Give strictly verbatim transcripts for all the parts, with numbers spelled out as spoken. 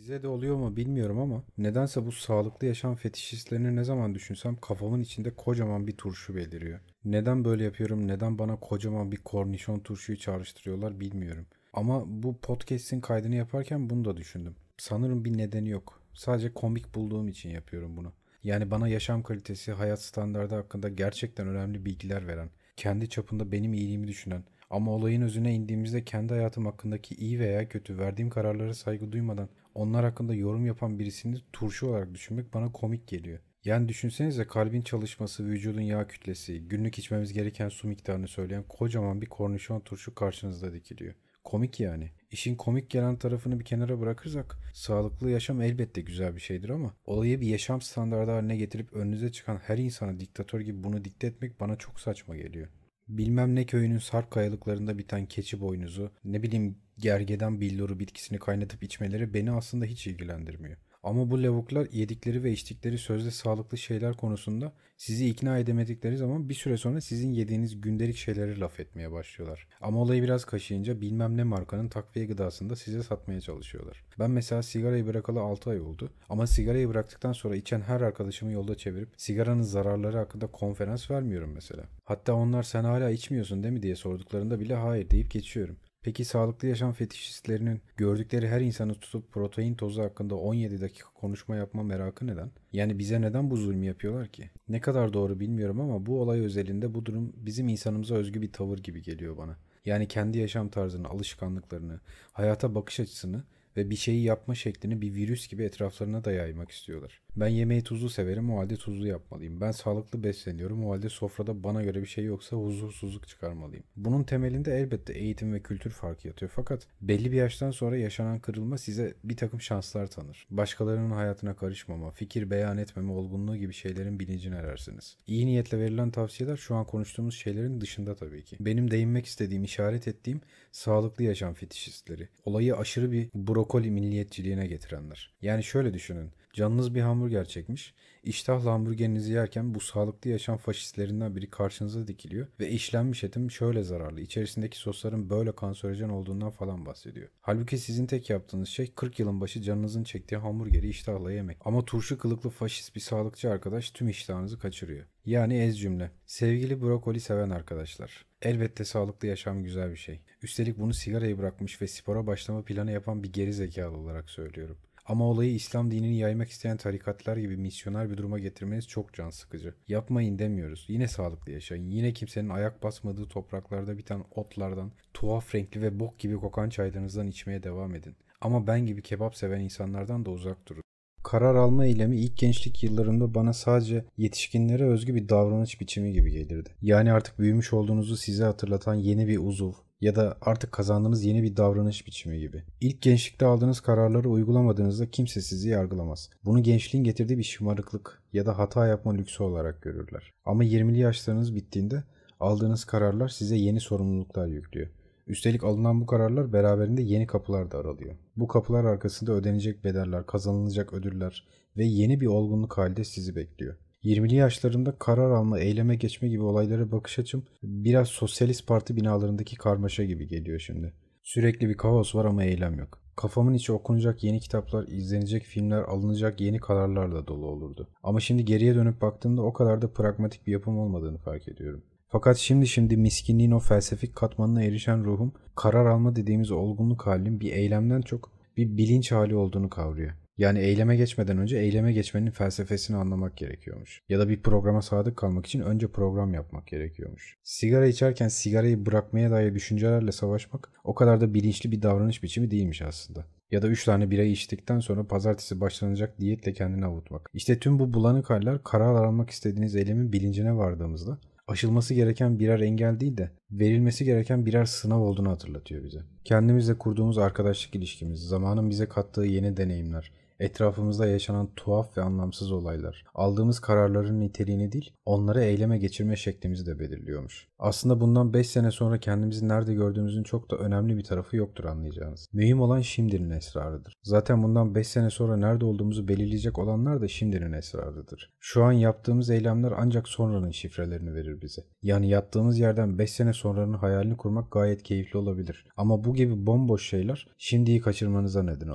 Size de oluyor mu bilmiyorum ama nedense bu sağlıklı yaşam fetişistlerini ne zaman düşünsem kafamın içinde kocaman bir turşu beliriyor. Neden böyle yapıyorum, neden bana kocaman bir kornişon turşuyu çağrıştırıyorlar bilmiyorum. Ama bu podcast'in kaydını yaparken bunu da düşündüm. Sanırım bir nedeni yok. Sadece komik bulduğum için yapıyorum bunu. Yani bana yaşam kalitesi, hayat standardı hakkında gerçekten önemli bilgiler veren, kendi çapında benim iyiliğimi düşünen ama olayın özüne indiğimizde kendi hayatım hakkındaki iyi veya kötü verdiğim kararlara saygı duymadan onlar hakkında yorum yapan birisini turşu olarak düşünmek bana komik geliyor. Yani düşünsenize kalbin çalışması, vücudun yağ kütlesi, günlük içmemiz gereken su miktarını söyleyen kocaman bir kornişon turşu karşınızda dikiliyor. Komik yani. İşin komik gelen tarafını bir kenara bırakırsak sağlıklı yaşam elbette güzel bir şeydir ama olayı bir yaşam standardı haline getirip önünüze çıkan her insana diktatör gibi bunu dikte etmek bana çok saçma geliyor. Bilmem ne köyünün sarp kayalıklarında biten keçi boynuzu, ne bileyim gergedan billuru bitkisini kaynatıp içmeleri beni aslında hiç ilgilendirmiyor. Ama bu lavuklar yedikleri ve içtikleri sözde sağlıklı şeyler konusunda sizi ikna edemedikleri zaman bir süre sonra sizin yediğiniz gündelik şeyleri laf etmeye başlıyorlar. Ama olayı biraz kaşıyınca bilmem ne markanın takviye gıdasını da size satmaya çalışıyorlar. Ben mesela sigarayı bırakalı altı ay oldu ama sigarayı bıraktıktan sonra içen her arkadaşımı yolda çevirip sigaranın zararları hakkında konferans vermiyorum mesela. Hatta onlar sen hala içmiyorsun değil mi diye sorduklarında bile hayır deyip geçiyorum. Peki sağlıklı yaşam fetişistlerinin gördükleri her insanı tutup protein tozu hakkında on yedi dakika konuşma yapma merakı neden? Yani bize neden bu zulmü yapıyorlar ki? Ne kadar doğru bilmiyorum ama bu olay özelinde bu durum bizim insanımıza özgü bir tavır gibi geliyor bana. Yani kendi yaşam tarzını, alışkanlıklarını, hayata bakış açısını ve bir şeyi yapma şeklini bir virüs gibi etraflarına da yaymak istiyorlar. Ben yemeği tuzlu severim, o halde tuzlu yapmalıyım. Ben sağlıklı besleniyorum, o halde sofrada bana göre bir şey yoksa huzursuzluk çıkarmalıyım. Bunun temelinde elbette eğitim ve kültür farkı yatıyor. Fakat belli bir yaştan sonra yaşanan kırılma size bir takım şanslar tanır. Başkalarının hayatına karışmama, fikir beyan etmeme olgunluğu gibi şeylerin bilincine erersiniz. İyi niyetle verilen tavsiyeler şu an konuştuğumuz şeylerin dışında tabii ki. Benim değinmek istediğim, işaret ettiğim sağlıklı yaşam fetişistleri. Olayı aşırı bir brokoli milliyetçiliğine getirenler. Yani şöyle düşünün. Canınız bir hamburger çekmiş. İştahla hamburgerinizi yerken bu sağlıklı yaşam faşistlerinden biri karşınıza dikiliyor ve işlenmiş etin şöyle zararlı, içerisindeki sosların böyle kanserojen olduğundan falan bahsediyor. Halbuki sizin tek yaptığınız şey kırk yılın başı canınızın çektiği hamburgeri iştahla yemek. Ama turşu kılıklı faşist bir sağlıkçı arkadaş tüm iştahınızı kaçırıyor. Yani ez cümle. Sevgili brokoli seven arkadaşlar. Elbette sağlıklı yaşam güzel bir şey. Üstelik bunu sigarayı bırakmış ve spora başlama planı yapan bir geri zekalı olarak söylüyorum. Ama olayı İslam dinini yaymak isteyen tarikatlar gibi misyoner bir duruma getirmeniz çok can sıkıcı. Yapmayın demiyoruz. Yine sağlıklı yaşayın. Yine kimsenin ayak basmadığı topraklarda biten otlardan, tuhaf renkli ve bok gibi kokan çaylarınızdan içmeye devam edin. Ama ben gibi kebap seven insanlardan da uzak durun. Karar alma eylemi ilk gençlik yıllarımda bana sadece yetişkinlere özgü bir davranış biçimi gibi gelirdi. Yani artık büyümüş olduğunuzu size hatırlatan yeni bir uzuv ya da artık kazandığınız yeni bir davranış biçimi gibi. İlk gençlikte aldığınız kararları uygulamadığınızda kimse sizi yargılamaz. Bunu gençliğin getirdiği bir şımarıklık ya da hata yapma lüksü olarak görürler. Ama yirmili yaşlarınız bittiğinde aldığınız kararlar size yeni sorumluluklar yüklüyor. Üstelik alınan bu kararlar beraberinde yeni kapılar da aralıyor. Bu kapılar arkasında ödenecek bedeller, kazanılacak ödüller ve yeni bir olgunluk halde sizi bekliyor. yirmili yaşlarımda karar alma, eyleme geçme gibi olaylara bakış açım biraz Sosyalist Parti binalarındaki karmaşa gibi geliyor şimdi. Sürekli bir kaos var ama eylem yok. Kafamın içi okunacak yeni kitaplar, izlenecek filmler, alınacak yeni kararlarla dolu olurdu. Ama şimdi geriye dönüp baktığımda o kadar da pragmatik bir yapım olmadığını fark ediyorum. Fakat şimdi şimdi miskinliğin o felsefik katmanına erişen ruhum, karar alma dediğimiz olgunluk halinin bir eylemden çok bir bilinç hali olduğunu kavruyor. Yani eyleme geçmeden önce eyleme geçmenin felsefesini anlamak gerekiyormuş. Ya da bir programa sadık kalmak için önce program yapmak gerekiyormuş. Sigara içerken sigarayı bırakmaya dair düşüncelerle savaşmak o kadar da bilinçli bir davranış biçimi değilmiş aslında. Ya da üç tane birayı içtikten sonra pazartesi başlanacak diyetle kendini avutmak. İşte tüm bu bulanık haller karar almak istediğiniz eylemin bilincine vardığımızda aşılması gereken birer engel değil de verilmesi gereken birer sınav olduğunu hatırlatıyor bize. Kendimizle kurduğumuz arkadaşlık ilişkimiz, zamanın bize kattığı yeni deneyimler, etrafımızda yaşanan tuhaf ve anlamsız olaylar, aldığımız kararların niteliğini değil, onları eyleme geçirme şeklimizi de belirliyormuş. Aslında bundan beş sene sonra kendimizi nerede gördüğümüzün çok da önemli bir tarafı yoktur anlayacağınız. Mühim olan şimdinin esrarıdır. Zaten bundan beş sene sonra nerede olduğumuzu belirleyecek olanlar da şimdinin esrarıdır. Şu an yaptığımız eylemler ancak sonranın şifrelerini verir bize. Yani yattığımız yerden beş sene sonranın hayalini kurmak gayet keyifli olabilir. Ama bu gibi bomboş şeyler şimdiyi kaçırmanıza neden olur.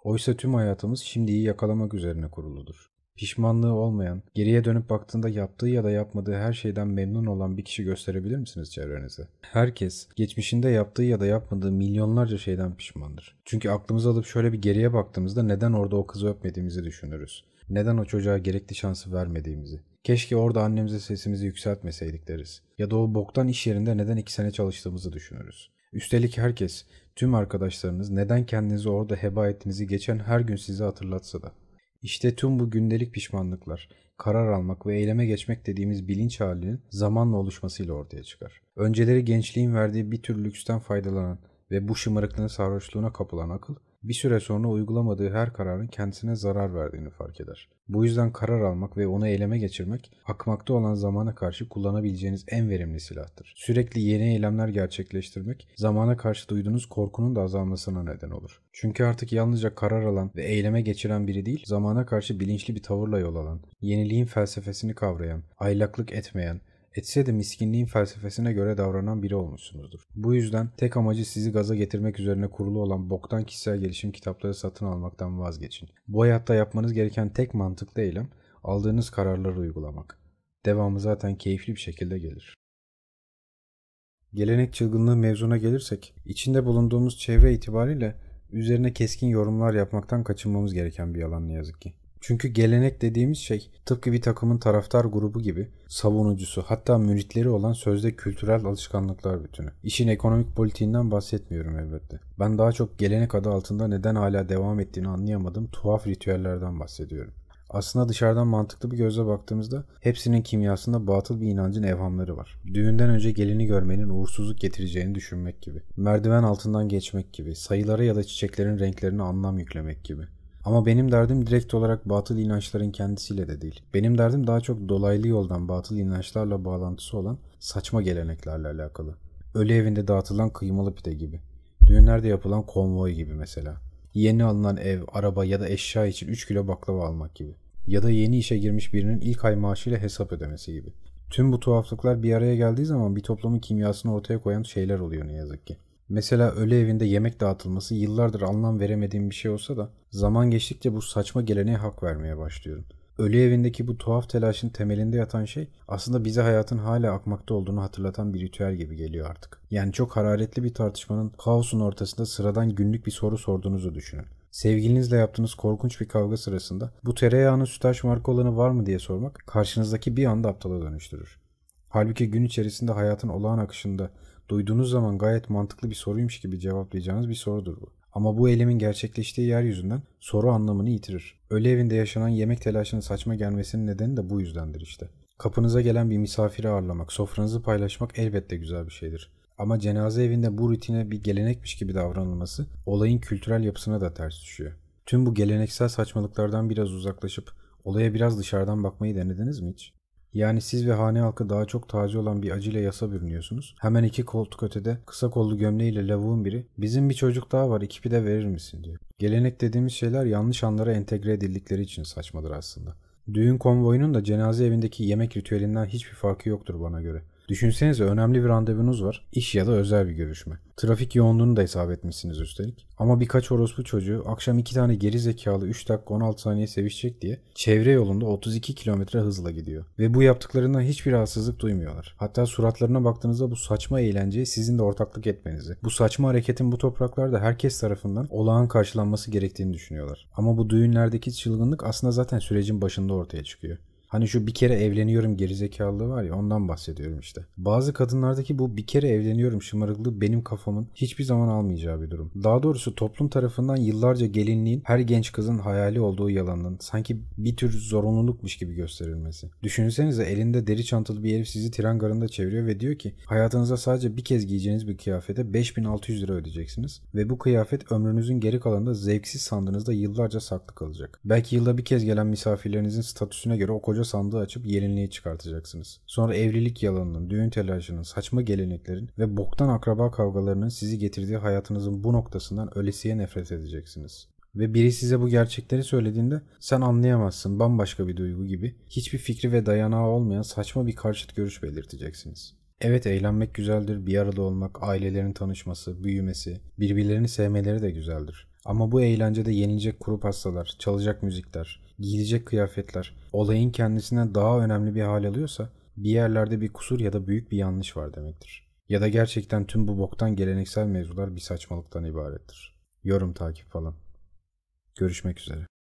Oysa tüm hayatımız şimdiyi yakalamak üzerine kuruludur. Pişmanlığı olmayan, geriye dönüp baktığında yaptığı ya da yapmadığı her şeyden memnun olan bir kişi gösterebilir misiniz çevrenize? Herkes, geçmişinde yaptığı ya da yapmadığı milyonlarca şeyden pişmandır. Çünkü aklımızı alıp şöyle bir geriye baktığımızda neden orada o kızı öpmediğimizi düşünürüz. Neden o çocuğa gerekli şansı vermediğimizi. Keşke orada annemize sesimizi yükseltmeseydik deriz. Ya da o boktan iş yerinde neden iki sene çalıştığımızı düşünürüz. Üstelik herkes, tüm arkadaşlarınız neden kendinizi orada heba ettiğinizi geçen her gün size hatırlatsa da. İşte tüm bu gündelik pişmanlıklar, karar almak ve eyleme geçmek dediğimiz bilinç halinin zamanla oluşmasıyla ortaya çıkar. Önceleri gençliğin verdiği bir tür lüksten faydalanan ve bu şımarıklığın sarhoşluğuna kapılan akıl, bir süre sonra uygulamadığı her kararın kendisine zarar verdiğini fark eder. Bu yüzden karar almak ve onu eyleme geçirmek, akmakta olan zamana karşı kullanabileceğiniz en verimli silahtır. Sürekli yeni eylemler gerçekleştirmek, zamana karşı duyduğunuz korkunun da azalmasına neden olur. Çünkü artık yalnızca karar alan ve eyleme geçiren biri değil, zamana karşı bilinçli bir tavırla yol alan, yeniliğin felsefesini kavrayan, aylaklık etmeyen, etse de miskinliğin felsefesine göre davranan biri olmuşsunuzdur. Bu yüzden tek amacı sizi gaza getirmek üzerine kurulu olan boktan kişisel gelişim kitapları satın almaktan vazgeçin. Bu hayatta yapmanız gereken tek mantıklı eylem aldığınız kararları uygulamak. Devamı zaten keyifli bir şekilde gelir. Gelenek çılgınlığı mevzuna gelirsek, içinde bulunduğumuz çevre itibariyle üzerine keskin yorumlar yapmaktan kaçınmamız gereken bir alan ne yazık ki. Çünkü gelenek dediğimiz şey tıpkı bir takımın taraftar grubu gibi savunucusu hatta müritleri olan sözde kültürel alışkanlıklar bütünü. İşin ekonomik politiğinden bahsetmiyorum elbette. Ben daha çok gelenek adı altında neden hala devam ettiğini anlayamadığım tuhaf ritüellerden bahsediyorum. Aslında dışarıdan mantıklı bir gözle baktığımızda hepsinin kimyasında batıl bir inancın evhamları var. Düğünden önce gelini görmenin uğursuzluk getireceğini düşünmek gibi. Merdiven altından geçmek gibi. Sayılara ya da çiçeklerin renklerine anlam yüklemek gibi. Ama benim derdim direkt olarak batıl inançların kendisiyle de değil. Benim derdim daha çok dolaylı yoldan batıl inançlarla bağlantısı olan saçma geleneklerle alakalı. Ölü evinde dağıtılan kıymalı pide gibi. Düğünlerde yapılan konvoy gibi mesela. Yeni alınan ev, araba ya da eşya için üç kilo baklava almak gibi. Ya da yeni işe girmiş birinin ilk ay maaşıyla hesap ödemesi gibi. Tüm bu tuhaflıklar bir araya geldiği zaman bir toplumun kimyasını ortaya koyan şeyler oluyor ne yazık ki. Mesela ölü evinde yemek dağıtılması yıllardır anlam veremediğim bir şey olsa da zaman geçtikçe bu saçma geleneğe hak vermeye başlıyorum. Ölü evindeki bu tuhaf telaşın temelinde yatan şey aslında bize hayatın hala akmakta olduğunu hatırlatan bir ritüel gibi geliyor artık. Yani çok hararetli bir tartışmanın kaosun ortasında sıradan günlük bir soru sorduğunuzu düşünün. Sevgilinizle yaptığınız korkunç bir kavga sırasında bu tereyağının sütaş marka olanı var mı diye sormak karşınızdaki bir anda aptala dönüştürür. Halbuki gün içerisinde hayatın olağan akışında duyduğunuz zaman gayet mantıklı bir soruymuş gibi cevaplayacağınız bir sorudur bu. Ama bu eylemin gerçekleştiği yeryüzünden soru anlamını yitirir. Ölü evinde yaşanan yemek telaşının saçma gelmesinin nedeni de bu yüzdendir işte. Kapınıza gelen bir misafiri ağırlamak, sofranızı paylaşmak elbette güzel bir şeydir. Ama cenaze evinde bu rutine bir gelenekmiş gibi davranılması olayın kültürel yapısına da ters düşüyor. Tüm bu geleneksel saçmalıklardan biraz uzaklaşıp olaya biraz dışarıdan bakmayı denediniz mi hiç? Yani siz ve hane halkı daha çok taze olan bir acıyla yasa bürünüyorsunuz. Hemen iki koltuk ötede kısa kollu gömleğiyle lavuğun biri bizim bir çocuk daha var iki pide verir misin diyor. Gelenek dediğimiz şeyler yanlış anlara entegre edildikleri için saçmadır aslında. Düğün konvoyunun da cenaze evindeki yemek ritüelinden hiçbir farkı yoktur bana göre. Düşünsenize önemli bir randevunuz var. İş ya da özel bir görüşme. Trafik yoğunluğunu da hesap etmişsiniz üstelik. Ama birkaç orospu çocuğu akşam iki tane geri zekalı üç dakika on altı saniye sevişecek diye çevre yolunda otuz iki kilometre hızla gidiyor. Ve bu yaptıklarından hiçbir rahatsızlık duymuyorlar. Hatta suratlarına baktığınızda bu saçma eğlenceye sizin de ortaklık etmenizi, bu saçma hareketin bu topraklarda herkes tarafından olağan karşılanması gerektiğini düşünüyorlar. Ama bu düğünlerdeki çılgınlık aslında zaten sürecin başında ortaya çıkıyor. Hani şu bir kere evleniyorum gerizekalılığı var ya ondan bahsediyorum işte. Bazı kadınlardaki bu bir kere evleniyorum şımarıklığı benim kafamın hiçbir zaman almayacağı bir durum. Daha doğrusu toplum tarafından yıllarca gelinliğin her genç kızın hayali olduğu yalanın sanki bir tür zorunlulukmuş gibi gösterilmesi. Düşünsenize elinde deri çantalı bir herif sizi tren garında çeviriyor ve diyor ki hayatınızda sadece bir kez giyeceğiniz bir kıyafete beş bin altı yüz lira ödeyeceksiniz. Ve bu kıyafet ömrünüzün geri kalanında zevksiz sandığınızda yıllarca saklı kalacak. Belki yılda bir kez gelen misafirlerinizin statüsüne göre o koca sandığı açıp gelinliği çıkartacaksınız. Sonra evlilik yalanının, düğün telaşının, saçma geleneklerin ve boktan akraba kavgalarının sizi getirdiği hayatınızın bu noktasından ölesiye nefret edeceksiniz. Ve biri size bu gerçekleri söylediğinde sen anlayamazsın bambaşka bir duygu gibi hiçbir fikri ve dayanağı olmayan saçma bir karşıt görüş belirteceksiniz. Evet eğlenmek güzeldir, bir arada olmak, ailelerin tanışması, büyümesi, birbirlerini sevmeleri de güzeldir. Ama bu eğlencede yenilecek kuru pastalar, çalacak müzikler, giyilecek kıyafetler olayın kendisinden daha önemli bir hal alıyorsa bir yerlerde bir kusur ya da büyük bir yanlış var demektir. Ya da gerçekten tüm bu boktan geleneksel mevzular bir saçmalıktan ibarettir. Yorum takip falan. Görüşmek üzere.